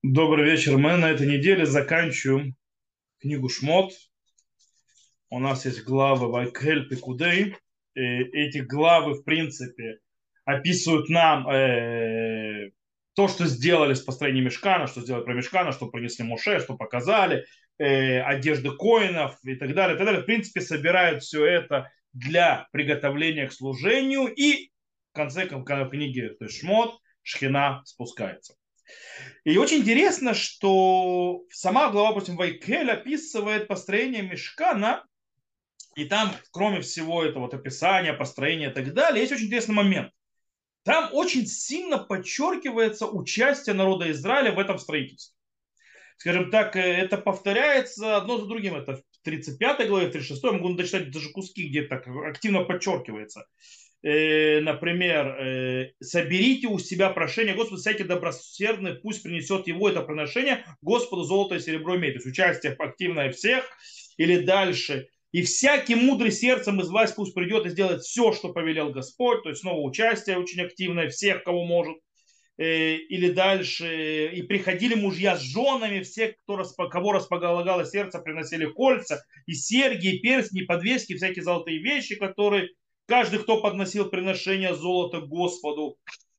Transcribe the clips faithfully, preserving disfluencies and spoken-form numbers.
Добрый вечер. Мы на этой неделе заканчиваем книгу Шмот. У нас есть главы Вайкель, Пикудей. И эти главы, в принципе, описывают нам э, то, что сделали с построением Мешкана, что сделали про Мешкана, что принесли Моше, что показали, э, одежды коинов и так далее, и так далее. В принципе, собирают все это для приготовления к служению. И в конце книги, то есть Шмот, Шхина спускается. И очень интересно, что сама глава, допустим, Вайкель описывает построение мешкана, и там, кроме всего этого вот описания, построения и так далее, есть очень интересный момент. Там очень сильно подчеркивается участие народа Израиля в этом строительстве. Скажем так, э, это повторяется одно за другим. Это в тридцать пятой главе, в тридцать шестой, могу дочитать даже куски, где так активно подчеркивается. Э, например, э, соберите у себя прошение Господа, всякий добросердный, пусть принесет его это приношение Господу золото и серебро имеет. То есть участие активное всех. Или дальше. И всякий мудрый сердцем из вас пусть придет и сделает все, что повелел Господь. То есть снова участие очень активное всех, кого может. Э, или дальше. И приходили мужья с женами, все, кто распо, кого располагало сердце, приносили кольца, и серьги, и перстни, и подвески, всякие золотые вещи, которые каждый, кто подносил приношение золота Господу.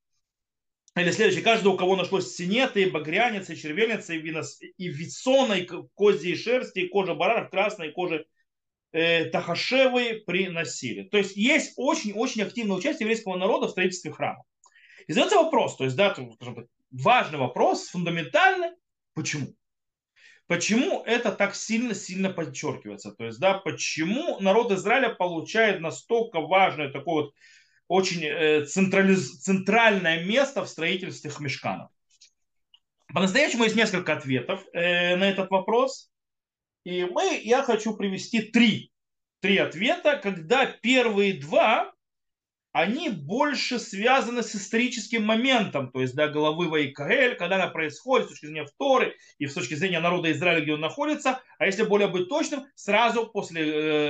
Или следующий, каждый, у кого нашлось синеты, и багряницы, и червельницы, и, винос, и висона, и козьи и шерсти, и кожа баранов, красной кожи э, тахашевы приносили. То есть есть очень-очень активное участие еврейского народа в строительстве храма. И задается вопрос, то есть, да, скажем так, важный вопрос, фундаментальный, почему? Почему это так сильно-сильно подчеркивается? То есть, да, почему народ Израиля получает настолько важное такое вот очень э, централиз... центральное место в строительстве мешканов? По-настоящему есть несколько ответов э, на этот вопрос. И мы, я хочу привести три, три ответа, когда первые два они больше связаны с историческим моментом, то есть до главы Ваикаэль, когда она происходит с точки зрения Торы и с точки зрения народа Израиля, где он находится, а если более быть точным, сразу после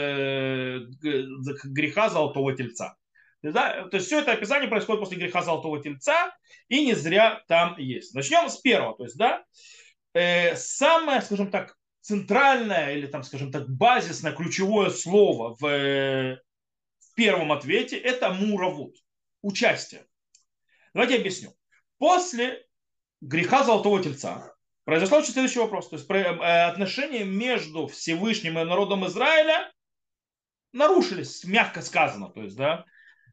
э, греха Золотого Тельца. Да? То есть все это описание происходит после греха Золотого Тельца, и не зря там есть. Начнем с первого. То есть, да, э, самое, скажем так, центральное или там, скажем так, базисное, ключевое слово в э, в первом ответе это муравут, участие. Давайте я объясню. После греха Золотого Тельца произошел очень следующий вопрос. То есть отношения между Всевышним и народом Израиля нарушились, мягко сказано. То есть, да,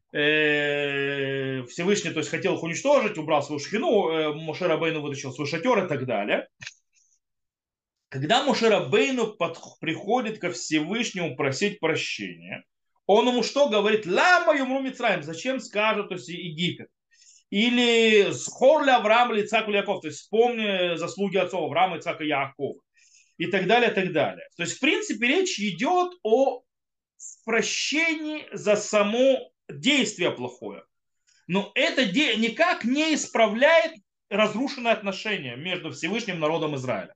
Всевышний, то есть, хотел их уничтожить, убрал свою шхину, Моше Рабейну вытащил свой шатер и так далее. Когда Моше Рабейну приходит ко Всевышнему просить прощения, он ему что говорит? Лама юмру Мицраим. Зачем скажет, то есть Египет? Или схорля Авраам или Ицак или Яков. То есть вспомни заслуги отцов Авраама, Ицака и Якова. И так далее, и так далее. То есть, в принципе, речь идет о прощении за само действие плохое. Но это никак не исправляет разрушенные отношения между Всевышним и народом Израиля.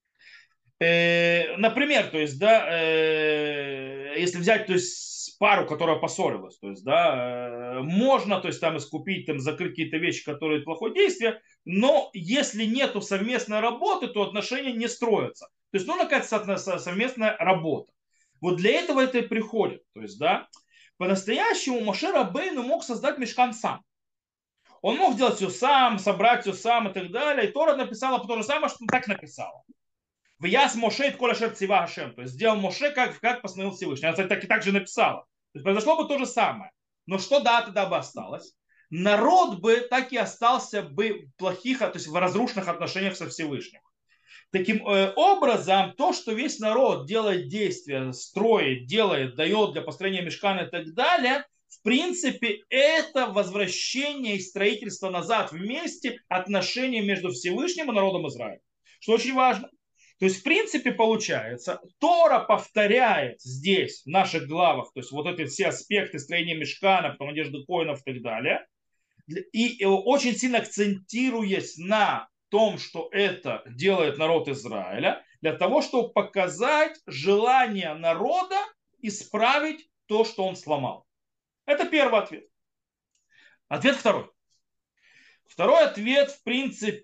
Э, например, то есть, да, э, если взять, то есть, пару, которая поссорилась, то есть, да, э, можно, то есть, там искупить, там, закрыть какие-то вещи, которые плохое действие, но если нету совместной работы, то отношения не строятся. То есть, нужна какая-то совместная работа. Вот для этого это и приходит. То есть, да, по-настоящему Моше Рабейну мог создать мешкан сам. Он мог сделать все сам, собрать все сам и так далее. И Тора написала то же самое, что он так написала. В яс Моше и коля шер цива Хашем. То есть сделал Моше, как, как постановил Всевышний. Она, кстати, так и так же написала. То есть произошло бы то же самое. Но что да, тогда бы осталось? Народ бы так и остался бы в плохих, то есть в разрушенных отношениях со Всевышним. Таким э, образом, то, что весь народ делает действия, строит, делает, дает для построения мешкана и так далее, в принципе, это возвращение и строительство назад вместе отношений между Всевышним и народом Израиля. Что очень важно. То есть, в принципе, получается, Тора повторяет здесь, в наших главах, то есть вот эти все аспекты строения мешкана, потом одежды коинов и так далее, и очень сильно акцентируясь на том, что это делает народ Израиля, для того, чтобы показать желание народа исправить то, что он сломал. Это первый ответ. Ответ второй. Второй ответ, в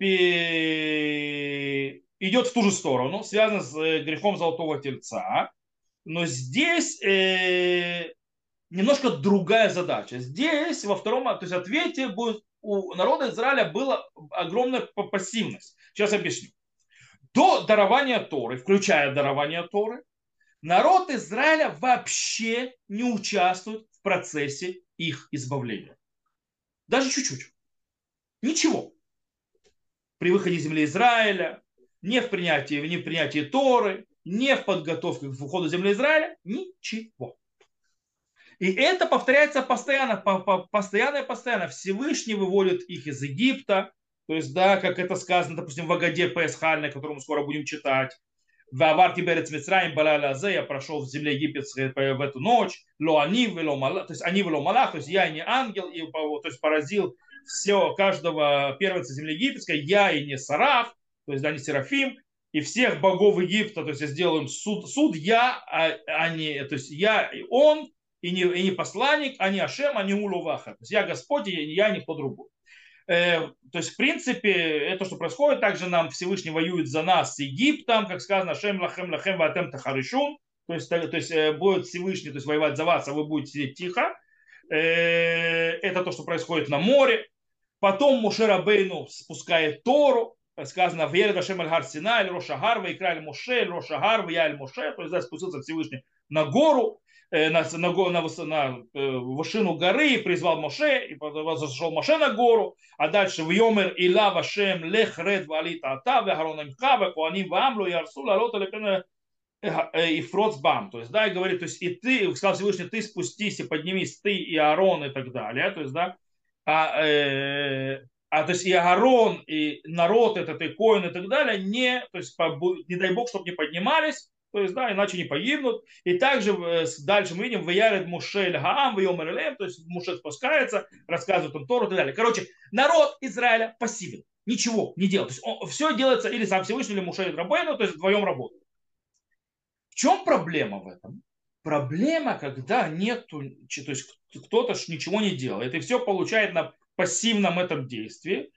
принципе, идет в ту же сторону, связан с э, грехом золотого тельца. Но здесь э, немножко другая задача. Здесь во втором, то есть ответе будет, у народа Израиля была огромная пассивность. Сейчас объясню. До дарования Торы, включая дарование Торы, народ Израиля вообще не участвует в процессе их избавления. Даже чуть-чуть. Ничего. При выходе из земли Израиля, не в принятии, не в принятии Торы, не в подготовке к входу в землю Израиля, ничего. И это повторяется постоянно, постоянно и постоянно. Всевышний выводит их из Египта, то есть, да, как это сказано, допустим, в Агаде Песхальной, которую мы скоро будем читать. В Аварти Берец Мицраим Балаля Азе, я прошел в земле египетской в эту ночь, ло они вело малах, то есть они вело малах, то есть я и не ангел, и, то есть поразил все, каждого первенца земли египетской, я и не Сараф, то есть да, не Серафим, и всех богов Египта, то есть я сделаю им суд, суд я, а, а не, то есть я и он, и не, и не посланник, а не Ашем, а не Улуваха. То есть я Господь, и я никто другой. Э, то есть, в принципе, это, что происходит, также нам Всевышний воюет за нас с Египтом, как сказано, Шем лахем лахем ватем тахаришун, то есть, то есть будет Всевышний, то есть воевать за вас, а вы будете сидеть тихо. Э, это то, что происходит на море. Потом Моше Рабейну спускает Тору, сказано, «Вьеред Ашем аль-Гар Синай, Рошагар, Вайкраль Моше, Рошагар, Вьяль Моше», то есть да, спустился Всевышний на гору, на, на, на, на вершину горы, и призвал Моше, и зашел Моше на гору, а дальше в Йомер Ила Вашем Лех Ред Валита Ата, Вехарон Имха, Векуаним Вамлу, Ярсу, Лалота Лепена и Фроцбам, то есть, да, и говорит, то есть, и ты, сказал Всевышний, ты спустись и поднимись, ты и Аарон и так далее, то есть, да, а, э, а то есть и Аарон, и народ этот, и Коин и так далее, не, то есть, не дай Бог, чтобы не поднимались, то есть, да, иначе не погибнут. И также дальше мы видим, Ваяред Мушель Гаам, Вайомер Элем, то есть Муше спускается, рассказывает им Тору и так далее. Короче, народ Израиля пассивен, ничего не делает. То есть он, все делается или сам Всевышний, или Муше Рабейну, то есть вдвоем работают. В чем проблема в этом? Проблема, когда нету, то есть кто-то ничего не делает, и все получает на пассивном этом действии,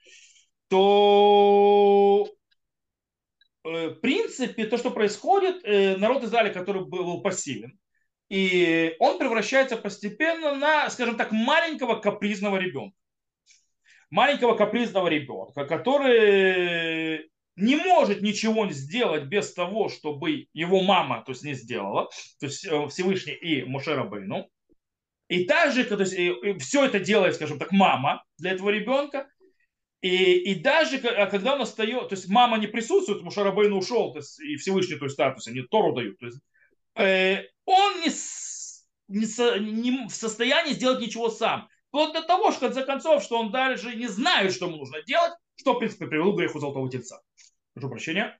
то в принципе, то, что происходит, народ Израиля, который был пассивен, и он превращается постепенно на, скажем так, маленького капризного ребенка. Маленького капризного ребенка, который не может ничего сделать без того, чтобы его мама, то есть, не сделала, то есть Всевышний и Моше Рабейну. И также, то есть, все это делает, скажем так, мама для этого ребенка. И, и даже когда он остается, то есть мама не присутствует, потому что Рабейн ушел, то есть, и Всевышний, то есть, да, то есть они Тору дают, то есть, э, он не, с, не, со, не в состоянии сделать ничего сам. Вплоть до того, что, в конце концов, что он даже не знает, что ему нужно делать, что, в принципе, привело к греху золотого тельца. Прошу прощения.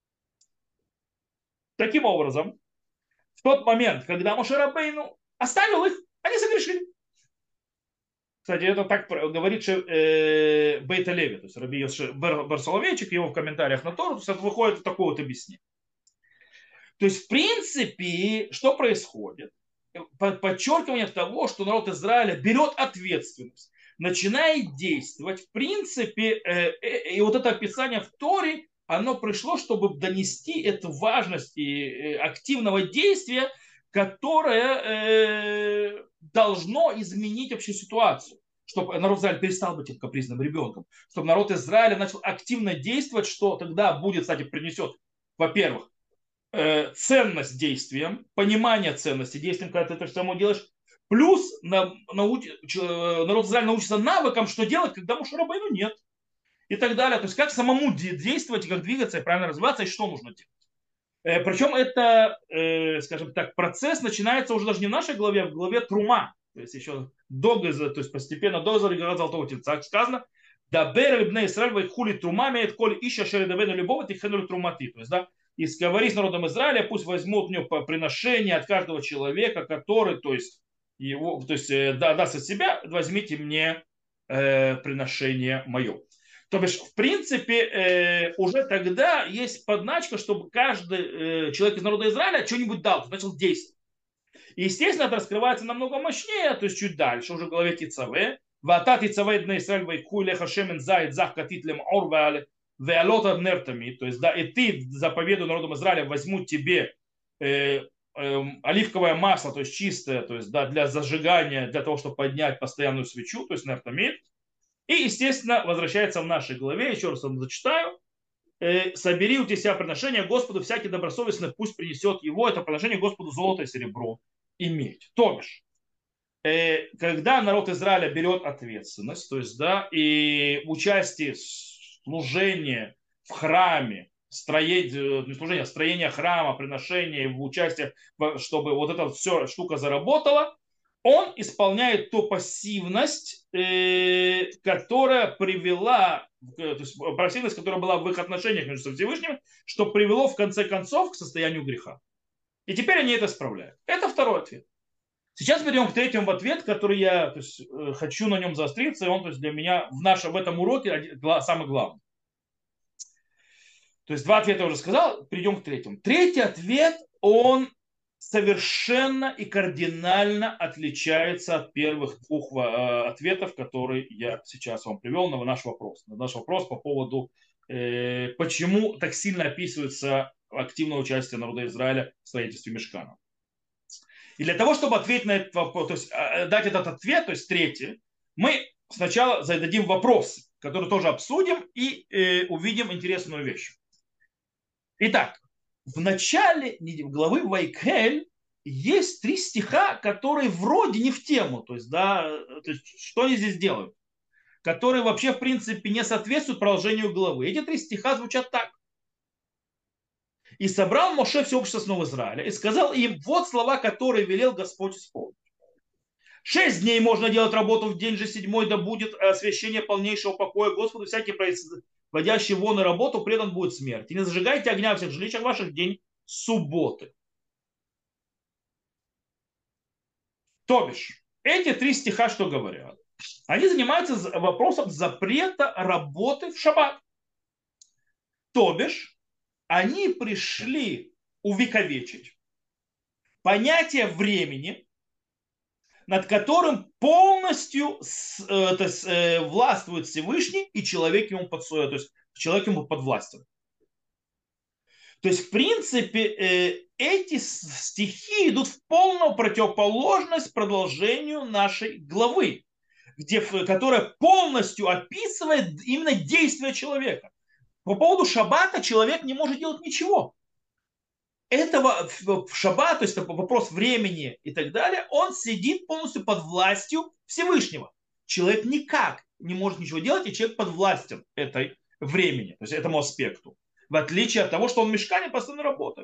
Таким образом, в тот момент, когда Моше Рабейну оставил их, они согрешили. Кстати, это так говорит э, Бейта Леви, то есть Раби Барсоловейчик, его в комментариях на Тору, то есть это выходит такое вот объяснение. То есть, в принципе, что происходит? Подчеркивание того, что народ Израиля берет ответственность, начинает действовать. В принципе, э, э, и вот это описание в Торе, оно пришло, чтобы донести эту важность и э, активного действия, которое э, должно изменить вообще ситуацию. Чтобы народ Израиля перестал быть этим капризным ребенком. Чтобы народ Израиля начал активно действовать, что тогда будет, кстати, принесет, во-первых, ценность действиям, понимание ценности действиям, когда ты это само делаешь, плюс на, науч, народ Израиля научится навыкам, что делать, когда Моше Рабейну нет. И так далее. То есть как самому действовать, как двигаться и правильно развиваться, и что нужно делать. Причем это, скажем так, процесс начинается уже даже не в нашей главе, а в главе Трума. То есть еще до, то есть постепенно до Зарегара Золотого Тельца, как сказано, «Дабер бней Исраэль вайхули трума меет коль ища шередавену любого тихену трумати». То есть, да, и говори с народом Израиля, пусть возьмут у него приношение от каждого человека, который, то есть, его, то есть, да, даст от себя, возьмите мне э, приношение мое. То бишь, в принципе, э, уже тогда есть подначка, чтобы каждый э, человек из народа Израиля что-нибудь дал, начал действовать. И, естественно, это раскрывается намного мощнее, то есть чуть дальше, уже в главе Тицаве, ואתה תצווה את בני ישראל ויקחו אליך שמן זית זך כתית למעור ועלות абнер тамид, то есть да, и ты заповедуй народом Израиля, возьмут тебе э, э, оливковое масло, то есть чистое, то есть да, для зажигания, для того, чтобы поднять постоянную свечу, то есть нертамид. И, естественно, возвращается в нашей главе, еще раз вам зачитаю. Э, собери у тебя приношение Господу, всякий добросовестный пусть принесет его, это приношение Господу золото и серебро и медь. То бишь, э, когда народ Израиля берет ответственность, то есть, да, и участие, служение в храме, строение, не служение, а строение храма, приношение, в участие, чтобы вот эта все штука заработала, он исполняет ту пассивность, э, которая привела, то есть пассивность, которая была в их отношениях между Всевышним, что привело в конце концов к состоянию греха. И теперь они это исправляют. Это второй ответ. Сейчас перейдем к третьему ответ, который я, то есть, хочу на нем заостриться, и он, то есть, для меня в, нашем, в этом уроке самый главный. То есть два ответа я уже сказал, перейдем к третьему. Третий ответ, он совершенно и кардинально отличается от первых двух ответов, которые я сейчас вам привел на наш вопрос. На наш вопрос по поводу, э, почему так сильно описывается активное участие народа Израиля в строительстве мишкана. И для того, чтобы ответить на этот вопрос, то есть дать этот ответ, то есть третий, мы сначала зададим вопрос, который тоже обсудим и э, увидим интересную вещь. Итак, в начале главы Вайкель есть три стиха, которые вроде не в тему, то есть, да, то есть, что они здесь делают, которые вообще в принципе не соответствуют продолжению главы. Эти три стиха звучат так. И собрал Моше все общество снова Израиля и сказал им, вот слова, которые велел Господь исполнить. Шесть дней можно делать работу, в день же седьмой да будет освящение полнейшего покоя Господу, всякий производящий вон и работу предан будет смерти. Не зажигайте огня в всех жилищах ваших в день субботы. То бишь, эти три стиха что говорят? Они занимаются вопросом запрета работы в шаббат. То бишь, они пришли увековечить понятие времени, над которым полностью э, то есть, э, властвует Всевышний, и человек ему, под, то есть, человек ему подвластен. То есть, в принципе, э, эти стихи идут в полную противоположность продолжению нашей главы, где, которая полностью описывает именно действия человека. По поводу шаббата человек не может делать ничего. Этого в шаббат, то есть это вопрос времени и так далее, он сидит полностью под властью Всевышнего. Человек никак не может ничего делать, и человек под властью этой времени, то есть этому аспекту. В отличие от того, что он в мишкане постоянно работает.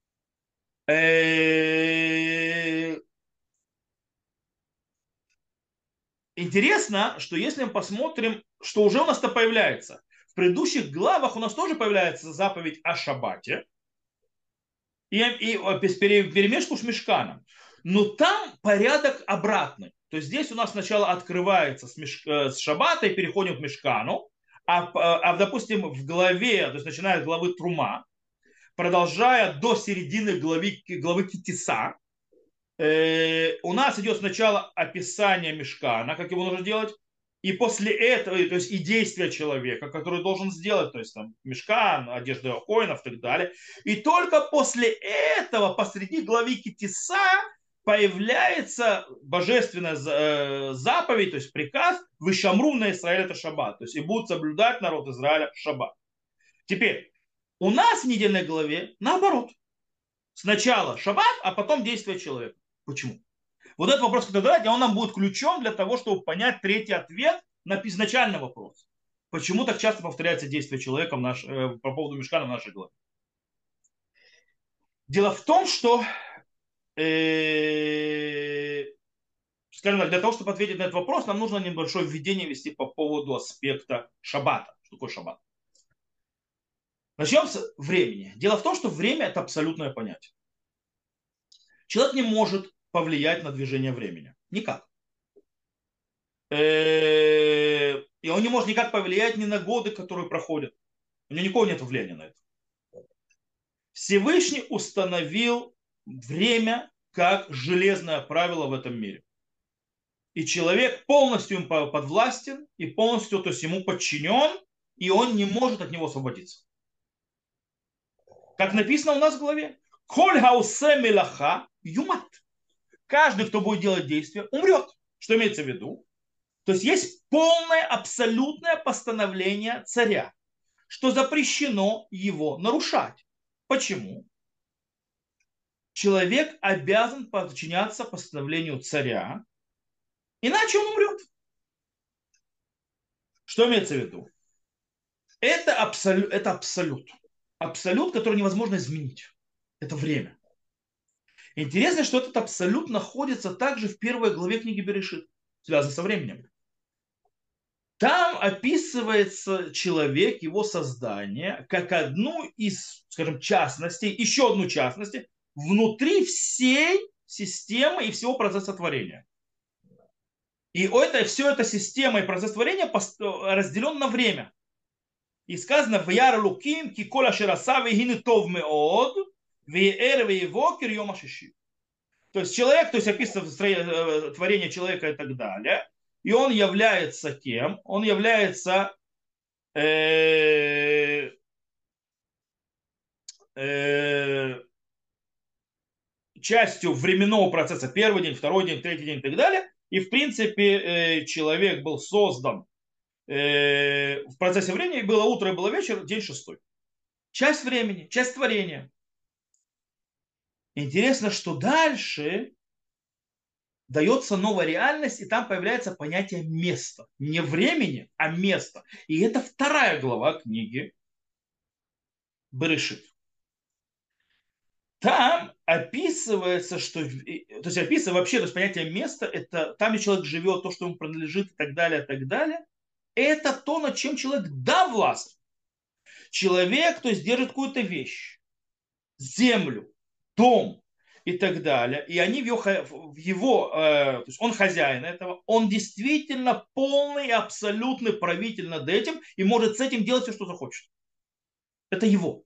Интересно, что если мы посмотрим, что уже у нас-то появляется. В предыдущих главах у нас тоже появляется заповедь о шаббате, и, и перемешку с мишканом. Но там порядок обратный. То есть здесь у нас сначала открывается с, миш... с шаббата и переходим к мишкану, а, а допустим в главе, то есть начиная с главы Трума, продолжая до середины главы, главы Китиса, э, у нас идет сначала описание мишкана, как его нужно делать, и после этого, то есть и действия человека, который должен сделать, то есть там мишкан, одежда коинов и так далее. И только после этого посреди главы Китиса появляется божественная заповедь, то есть приказ, вышамру на Израиль это шаббат, то есть и будут соблюдать народ Израиля шаббат. Теперь, у нас в недельной главе наоборот. Сначала шаббат, а потом действие человека. Почему? Вот этот вопрос, который задать, он нам будет ключом для того, чтобы понять третий ответ на изначальный вопрос. Почему так часто повторяется действие человека в наш, э, по поводу мишкана в нашей главе? Дело в том, что э, скажем так, для того, чтобы ответить на этот вопрос, нам нужно небольшое введение вести по поводу аспекта шаббата. Что такое шаббат? Начнем с времени. Дело в том, что время – это абсолютное понятие. Человек не может повлиять на движение времени. Никак. И он не может никак повлиять ни на годы, которые проходят. У него никакого нет влияния на это. Всевышний установил время как железное правило в этом мире. И человек полностью им подвластен и полностью, то есть ему подчинен, и он не может от него освободиться. Как написано у нас в главе. Коль хаусе мелаха юмат. Каждый, кто будет делать действие, умрет. Что имеется в виду? То есть есть полное, абсолютное постановление царя, что запрещено его нарушать. Почему? Человек обязан подчиняться постановлению царя, иначе он умрет. Что имеется в виду? Это абсолют, это абсолют. Абсолют, который невозможно изменить. Это время. Интересно, что этот абсолют находится также в первой главе книги Берешит, связан со временем. Там описывается человек, его создание, как одну из, скажем, частностей, еще одну частность внутри всей системы и всего процесса творения. И это, все эта система и процесс творения разделен на время. И сказано, в яр луким, кикола шераса, вегины тов меод, веэр веевокер йома шиши. То есть человек, то есть описывается творение человека и так далее, и он является кем? Он является э, э, частью временного процесса. Первый день, второй день, третий день и так далее. И в принципе э, человек был создан э, в процессе времени. Было утро и было вечер, день шестой. Часть времени, часть творения. Интересно, что дальше дается новая реальность, и там появляется понятие места. Не времени, а места. И это вторая глава книги Берешит. Там описывается, что, то есть описывается вообще, то есть понятие места, это там, где человек живет, то, что ему принадлежит и так далее, и так далее. Это то, над чем человек да власть. Человек, то есть держит какую-то вещь, землю, дом и так далее, и они в его, в его э, то есть он хозяин этого, он действительно полный и абсолютный правитель над этим и может с этим делать все, что захочет. Это его.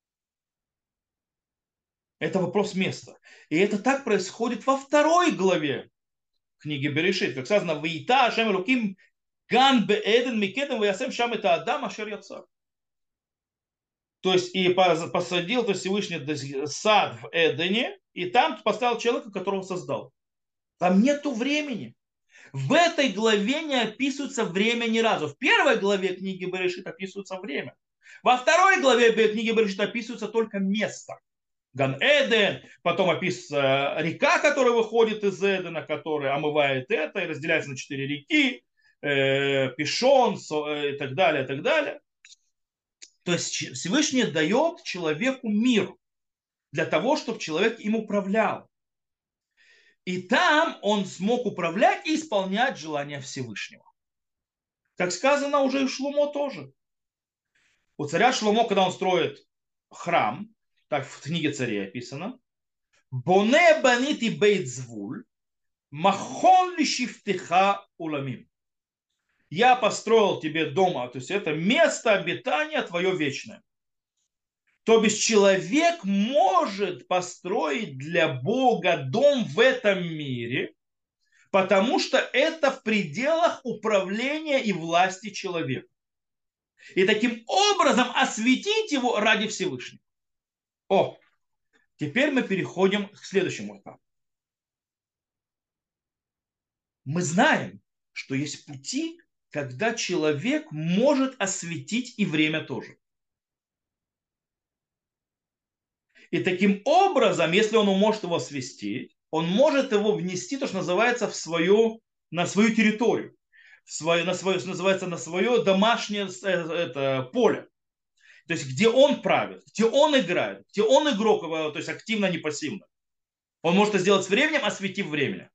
Это вопрос места. И это так происходит во второй главе книги Берешит, как сказано, «Ваита Ашем Элоким ган беэден микедем ваясем шам это Адам ашер яцар». То есть и посадил то есть Всевышний сад в Эдене, и там поставил человека, которого создал. Там нету времени. В этой главе не описывается время ни разу. В первой главе книги Берешит описывается время. Во второй главе книги Берешит описывается только место. Ган-Эден, потом описывается река, которая выходит из Эдена, которая омывает это и разделяется на четыре реки, э, Пишон э, и так далее, и так далее. То есть Всевышний дает человеку мир для того, чтобы человек им управлял. И там он смог управлять и исполнять желания Всевышнего. Как сказано уже и в Шломо тоже. У царя Шломо, когда он строит храм, так в книге царей описано, «Боне банити бейт звуль, махон ли шифтеха уламим». Я построил тебе дома, то есть это место обитания твое вечное. То бишь человек может построить для Бога дом в этом мире, потому что это в пределах управления и власти человека. И таким образом осветить его ради Всевышнего. О, теперь мы переходим к следующему этапу. Мы знаем, что есть пути, когда человек может осветить и время тоже. И таким образом, если он может его освестить, он может его внести, то, что называется, в свою, на свою территорию, в свое, на свое, что называется, на свое домашнее это, поле. То есть, где он правит, где он играет, где он игрок, то есть активно, а не пассивно. Он может это сделать с временем, осветив время.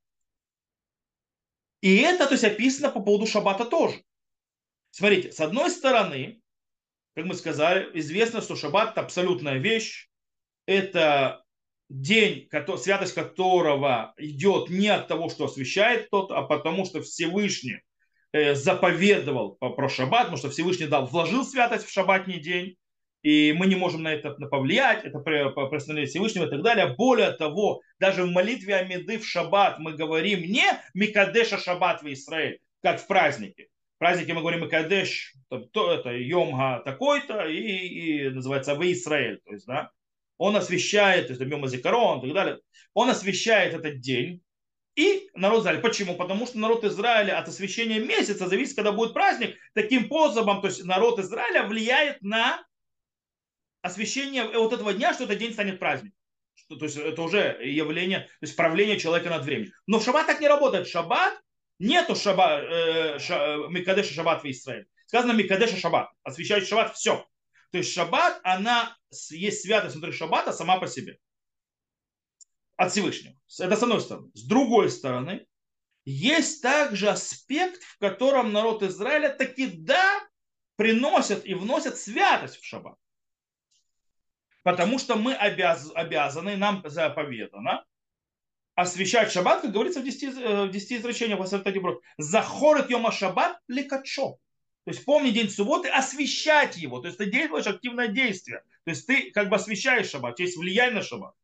И это, то есть, описано по поводу шаббата тоже. Смотрите, с одной стороны, как мы сказали, известно, что шаббат – это абсолютная вещь. Это день, святость которого идет не от того, что освящает тот, а потому что Всевышний заповедовал про шаббат, потому что Всевышний дал, вложил святость в шаббатний день. и мы не можем на это повлиять, это постановление Всевышнего и так далее. Более того, даже в молитве Амиды в шаббат мы говорим не Микадеша шаббат в Израиль, как в празднике. В празднике мы говорим Микадеш, то, это Йомга такой-то, и, и называется в Израиль. То есть, да, он освещает, то есть Йома Зикарон и так далее, он освещает этот день, и народ Израиля. Почему? Потому что народ Израиля от освещения месяца зависит, когда будет праздник. Таким способом, то есть народ Израиля влияет на освещение вот этого дня, что этот день станет праздником. Что, то есть это уже явление, то есть правление человека над временем. Но в шаббат так не работает. В шаббат нету шаба, э, ша, Микадеша шаббат в Израиле. Сказано Микадеша шаббат. Освещающий шаббат все. То есть шаббат, она есть святость внутри шаббата сама по себе. От Всевышнего. Это с одной стороны. С другой стороны, есть также аспект, в котором народ Израиля таки да приносят и вносят святость в шаббат. Потому что мы обяз, обязаны, нам заповедано освещать шаббат, как говорится в десяти, в десяти изречениях Захорет йома шаббат лекачо. То есть помни день субботы, освещать его. То есть ты делаешь активное действие. То есть ты как бы освещаешь шаббат, есть влияние на шаббат.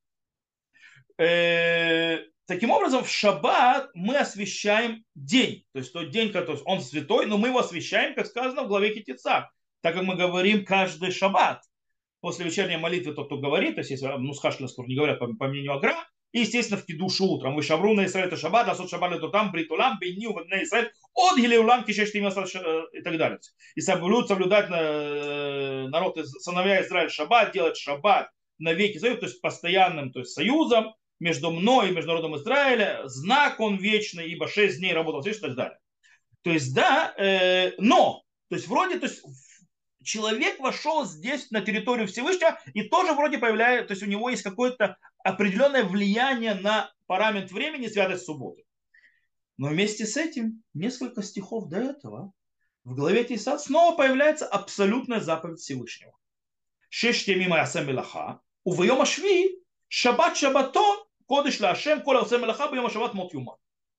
Таким образом, в шаббат мы освещаем день. То есть тот день, который он святой, но мы его освещаем, как сказано в главе Китица. Так как мы говорим каждый шаббат. После вечерней молитвы тот, кто говорит, то есть если ну, скажешь, не говорят по, по мнению Агра, и, естественно, в кидушу утром. Вы шабру на Исраэль, это шаббат, а сот шаббат, это там, бритулам, бейню, на Исраэль, от гилеулам, кишеш, и так далее. И соблюдать, соблюдать народ, сыновья Израиль шаббат, делать шаббат навеки, то есть постоянным то есть, союзом между мной и между народом Израиля, знак он вечный, ибо шесть дней работал, и так далее. То есть, да, э, но, то есть, вроде, то есть, человек вошел здесь на территорию Всевышнего и тоже вроде появляется, то есть, у него есть какое-то определенное влияние на параметр времени, святость субботы. Но вместе с этим, несколько стихов до этого, в главе Тисат снова появляется абсолютная заповедь Всевышнего. Шесть мимо асем мелаха, увоем ашви, шаббат шаббатон, кодыш лашем, кола асем мелаха, бьем шаббат мот юма.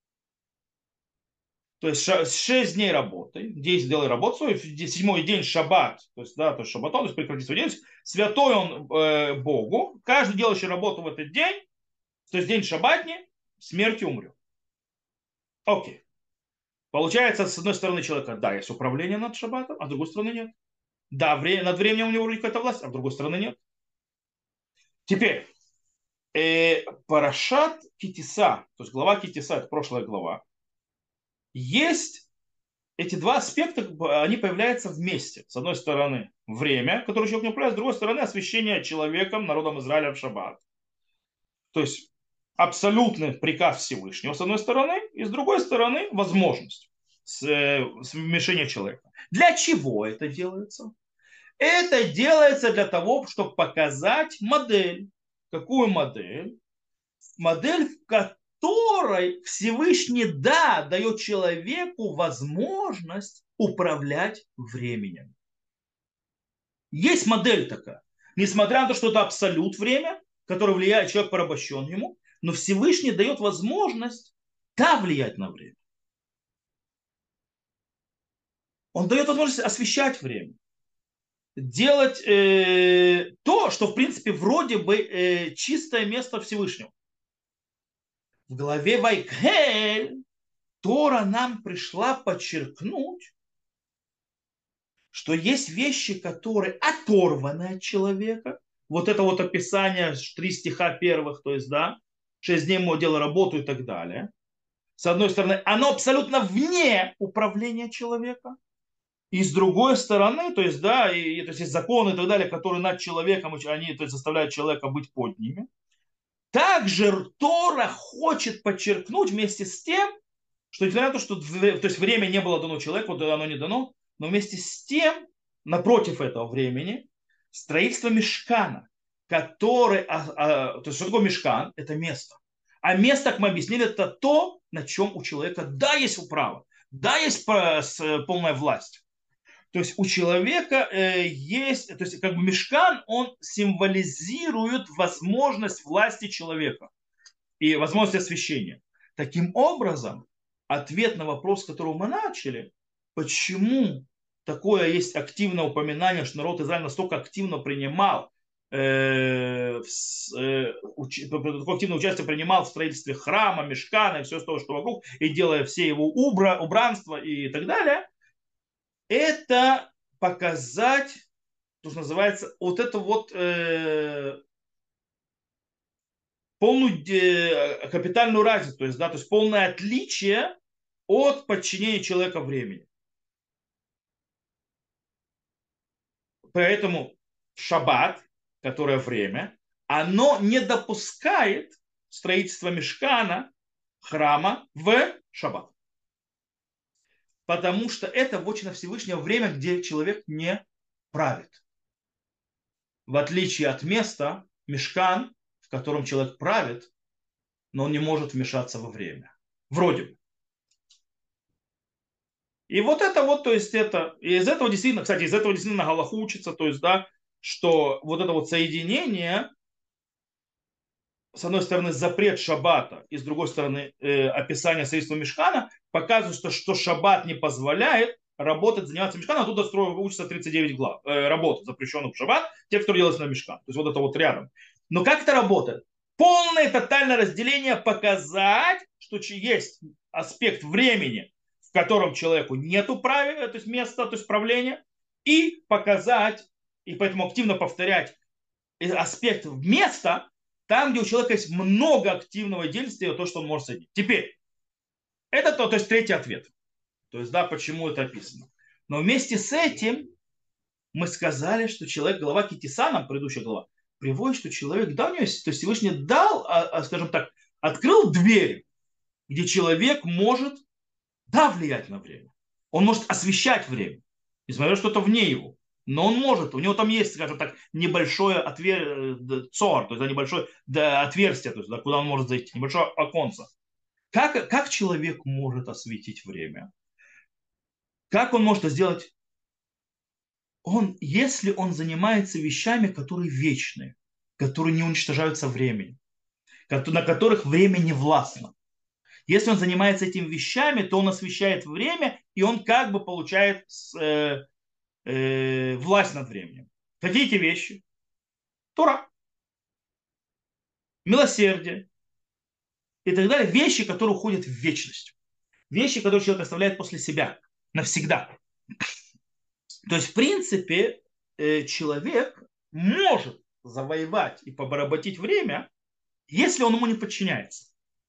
То есть шесть дней работы, десять делай работу свою, седьмой день шаббат, то есть, да, то есть шаббатон, то есть прекратить свою деятельность, святой он э, Богу, каждый делающий работу в этот день, то есть день шаббатни, смертью умрет. Окей. Получается, с одной стороны человека, да, есть управление над шаббатом, а с другой стороны нет. Да, время, над временем у него вроде какая-то власть, а с другой стороны нет. Теперь, э, Парашат Китиса, то есть глава Китиса, это прошлая глава, есть эти два аспекта, они появляются вместе. С одной стороны, время, которое человек не управляет, с другой стороны, освящение человеком, народом Израиля в шаббат. То есть абсолютный приказ Всевышнего, с одной стороны, и с другой стороны, возможность вмешения человека. Для чего это делается? Это делается для того, чтобы показать модель. Какую модель? Модель, в которой Всевышний, да, дает человеку возможность управлять временем. Есть модель такая. Несмотря на то, что это абсолют время, которое влияет человек порабощен ему, но Всевышний дает возможность, да, влиять на время. Он дает возможность освещать время. Делать э, то, что, в принципе, вроде бы э, чистое место Всевышнего. В главе Вайкхель Тора нам пришла подчеркнуть, что есть вещи, которые оторваны от человека. Вот это вот описание, три стиха первых, то есть, да, шесть дней ему дело работу и так далее. С одной стороны, оно абсолютно вне управления человека. И с другой стороны, то есть, да, и, то есть, есть законы и так далее, которые над человеком, они то есть, заставляют человека быть под ними. Также Тора хочет подчеркнуть вместе с тем, что несмотря на то, что то есть, время не было дано человеку, оно не дано, но вместе с тем, напротив этого времени, строительство мишкана, который, а, а, то есть что такое мишкан? Это место. А место, как мы объяснили, это то, на чем у человека, да, есть право, да, есть полная власть. То есть у человека э, есть, то есть как бы мишкан, он символизирует возможность власти человека и возможность освящения. Таким образом, ответ на вопрос, с которого мы начали, почему такое есть активное упоминание, что народ Израиля настолько активно принимал, э, в с- э, уч- такое активное участие принимал в строительстве храма, мешкана и все то, что вокруг, и делая все его убра, убранства и так далее, это показать, то, что называется, вот это вот э, полную э, капитальную разницу, то есть, да, то есть полное отличие от подчинения человека времени. Поэтому шаббат, которое время, оно не допускает строительство мешкана, храма в шаббат. Потому что это вотчина Всевышнего время, где человек не правит. В отличие от места, мешкан, в котором человек правит, но он не может вмешаться во время. Вроде бы. И вот это вот, то есть это, и из этого действительно, кстати, из этого действительно Галаху учится, то есть, да, что вот это вот соединение, с одной стороны, запрет шаббата, и с другой стороны, э, описание средства мешкана, показывает, что, что шаббат не позволяет работать, заниматься мешканом, а тут строя учится тридцать девять глав, э, работ, запрещенных в шаббат, те, кто делается на мешкан. То есть вот это вот рядом. Но как это работает? Полное тотальное разделение показать, что есть аспект времени, в котором человеку нету права, то есть места, то есть правления, и показать, и поэтому активно повторять аспект места, там, где у человека есть много активного действия, то, что он может соединить. Теперь, это то, то есть третий ответ. То есть, да, почему это описано. Но вместе с этим мы сказали, что человек, глава Китисана, предыдущая глава, приводит, что человек, да, у него есть, то есть Всевышний дал, а, а, скажем так, открыл дверь, где человек может, да, влиять на время. Он может освещать время, несмотря на что-то вне его. Но он может, у него там есть, скажем так, небольшое отвер... цор, то есть да, небольшое да, отверстие, то есть да, куда он может зайти, небольшое оконце. Как, как человек может осветить время? Как он может это сделать? Он, если он занимается вещами, которые вечны, которые не уничтожаются временем, на которых время не властно. Если он занимается этими вещами, то он освещает время, и он как бы получает э, э, власть над временем. Какие эти вещи? Тора, милосердие и так далее. Вещи, которые уходят в вечность. Вещи, которые человек оставляет после себя навсегда. То есть, в принципе, э, человек может завоевать и побороботить время, если он ему не подчиняется.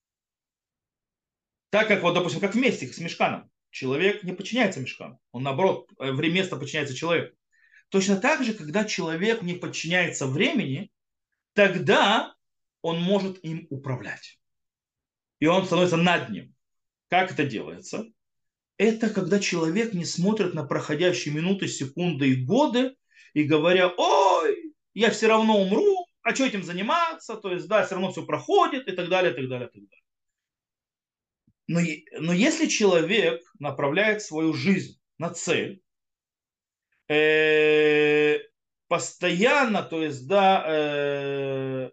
Так как, вот, допустим, как вместе с мешканом. Человек не подчиняется мешкану. Он, наоборот, э, время место подчиняется человеку. Точно так же, когда человек не подчиняется времени, тогда он может им управлять. И он становится над ним. Как это делается? Это когда человек не смотрит на проходящие минуты, секунды и годы и говоря, ой, я все равно умру, а что этим заниматься, то есть, да, все равно все проходит и так далее, и так далее, и так далее. Но, но если человек направляет свою жизнь на цель, э, постоянно, то есть, да, э,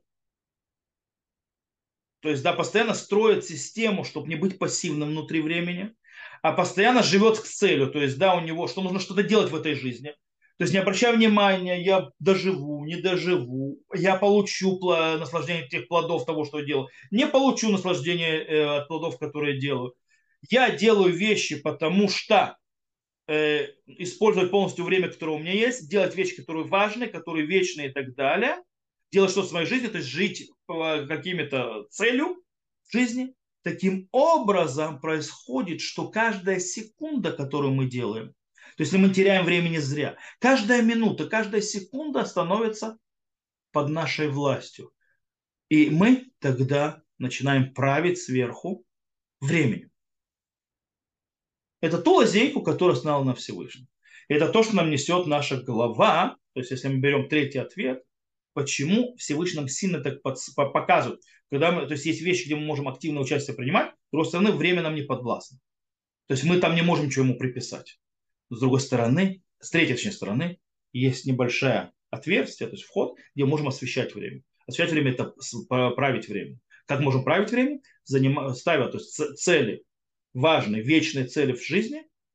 то есть, да, постоянно строит систему, чтобы не быть пассивным внутри времени, а постоянно живет к целью, то есть, да, у него, что нужно что-то делать в этой жизни. То есть, не обращая внимания, я доживу, не доживу, я получу наслаждение тех плодов того, что я делаю, не получу наслаждение э, от плодов, которые я делаю. Я делаю вещи, потому что э, использовать полностью время, которое у меня есть, делать вещи, которые важны, которые вечные и так далее, делать что-то в своей жизни, то есть жить по каким-то целью в жизни. Таким образом происходит, что каждая секунда, которую мы делаем, то есть если мы теряем времени зря, каждая минута, каждая секунда становится под нашей властью. И мы тогда начинаем править сверху временем. Это ту лазейку, которую установил на Всевышний. Это то, что нам несет наша голова. То есть, если мы берем третий ответ, почему Всевышний нам сильно так показывает. Когда мы, то есть, есть вещи, где мы можем активное участие принимать, с другой стороны, время нам не подвластно. То есть, мы там не можем ничего ему приписать. С другой стороны, с третьей точнее, стороны, есть небольшое отверстие, то есть вход, где мы можем освещать время. Освещать время– это править время. Как можем править время? Заним... Ставя то есть, цели, важные, вечные цели в жизни,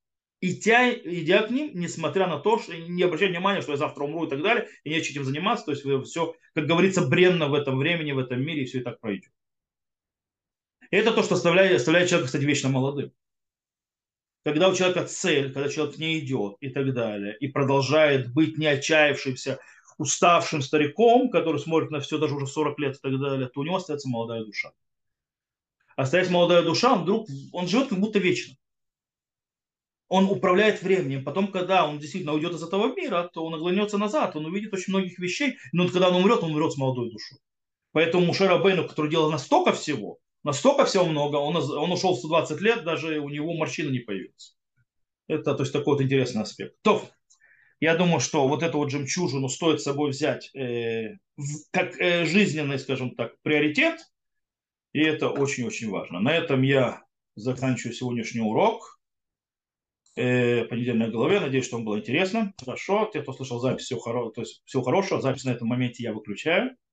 идя, идя к ним, несмотря на то, что не обращая внимания, что я завтра умру и так далее, и нечем этим заниматься, то есть вы все, как говорится, бренно в этом времени, в этом мире, и все и так пройдет. И это то, что оставляет, оставляет человека, кстати, вечно молодым. Когда у человека цель, когда человек не идет и так далее, и продолжает быть не отчаявшимся, уставшим стариком, который смотрит на все даже уже сорок лет и так далее, то у него остается молодая душа. Остается молодая душа, он вдруг, он живет как будто вечно. Он управляет временем. Потом, когда он действительно уйдет из этого мира, то он оглянется назад, он увидит очень многих вещей, но вот когда он умрет, он умрет с молодой душой. Поэтому Муше Рабейну, который делал настолько всего, настолько всего много, он, он ушел в сто двадцать лет, даже у него морщина не появилась. Это, то есть, такой вот интересный аспект. То, я думаю, что вот эту вот жемчужину стоит с собой взять э, в, как э, жизненный, скажем так, приоритет, и это очень-очень важно. На этом я заканчиваю сегодняшний урок. Э, понедельной голове. Надеюсь, что вам было интересно. Хорошо. Те, кто слышал запись, всего, хоро... то есть, всего хорошего. Запись на этом моменте я выключаю.